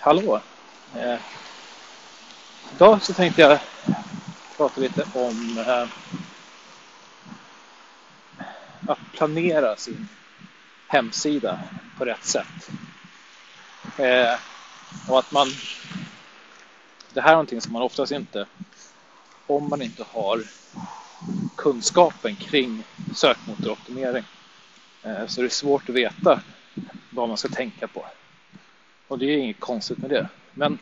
Hallå! Idag så tänkte jag prata lite om att planera sin hemsida på rätt sätt. Och att det här är någonting som man oftast inte, om man inte har kunskapen kring sökmotoroptimering, så är det svårt att veta vad man ska tänka på. Och det är inget konstigt med det. Men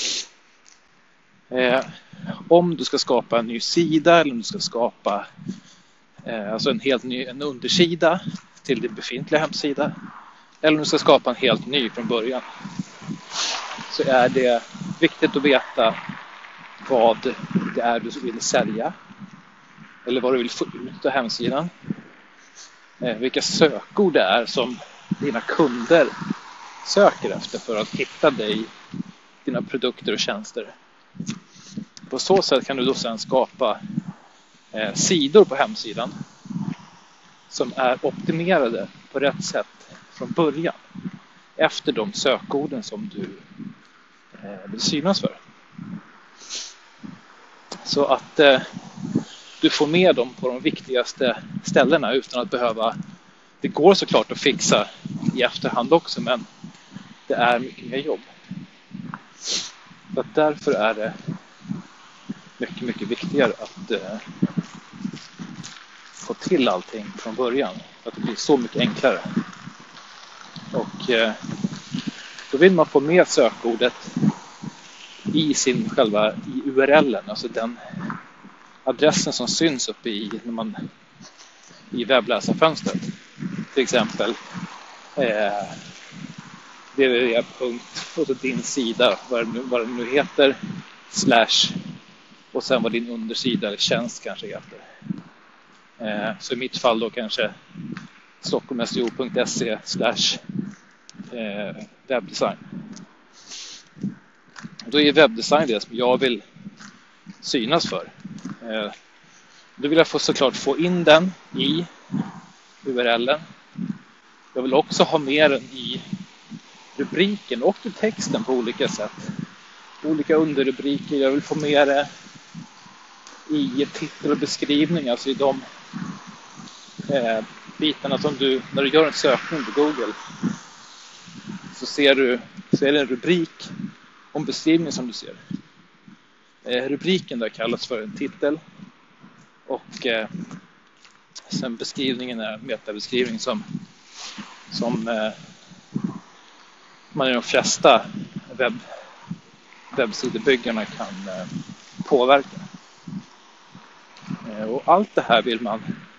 om du ska skapa en ny sida eller om du ska skapa alltså en helt ny en undersida till din befintliga hemsida, eller om du ska skapa en helt ny från början, så är det viktigt att veta vad det är du vill sälja eller vad du vill få ut av hemsidan, vilka sökord det är som dina kunder söker efter för att hitta dig, dina produkter och tjänster. På så sätt kan du då sedan skapa sidor på hemsidan som är optimerade på rätt sätt från början efter de sökorden som du vill synas för. Så att du får med dem på de viktigaste ställena utan att behöva. Det går såklart att fixa i efterhand också, men det är mycket mer jobb. Så att därför är det mycket, mycket viktigare att få till allting från början. Så att det blir så mycket enklare. Och då vill man få med sökordet i sin själva i URLen, alltså den adressen som syns uppe i webbläsarfönstret. Till exempel www. och så din sida, vad det nu heter, / och sen vad din undersida eller tjänst kanske heter. Så i mitt fall då kanske stockholmsjo.se / webbdesign. Då är webbdesign det som jag vill synas för. Då vill jag såklart få in den i URLen. Jag vill också ha med den i rubriken och i texten på olika sätt. Olika underrubriker. Jag vill få med det i titel och beskrivning, alltså i de bitarna som när du gör en sökning på Google, så är det en rubrik och en beskrivning som du ser. Rubriken där kallas för en titel, och sen beskrivningen är en metabeskrivning som man i de flesta webbsidebyggarna kan påverka. Och allt det här vill man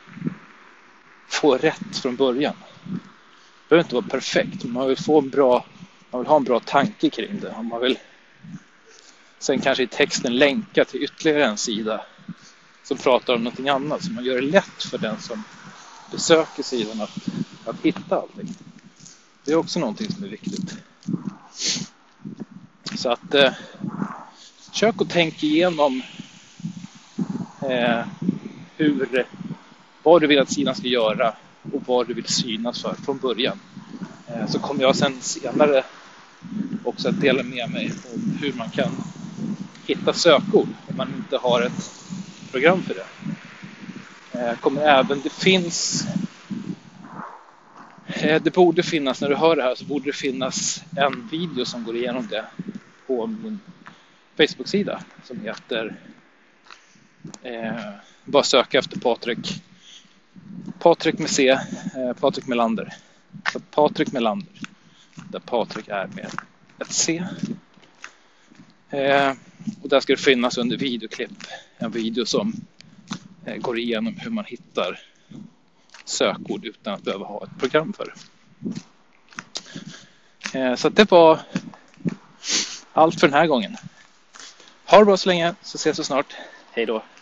få rätt från början. Det behöver inte vara perfekt, men man vill ha en bra tanke kring det. Man vill sen kanske i texten länka till ytterligare en sida som pratar om någonting annat, så man gör det lätt för den som besöker sidan att hitta allting. Det är också någonting som är viktigt. Så att försök att tänka igenom vad du vill att sidan ska göra och vad du vill synas för från början. Så kommer jag sen senare också att dela med mig om hur man kan hitta sökord om man inte har ett program för det. Det borde finnas, när du hör det här, så borde det finnas en video som går igenom det på min Facebook-sida som heter bara söka efter Patrik med C, Patrik Melander. Så Patrik Melander, där Patrik är med ett C. Och där ska det finnas under videoklipp en video som går igenom hur man hittar sökord utan att behöva ha ett program för det. Så det var allt för den här gången. Ha det bra så länge, så ses vi snart. Hej då!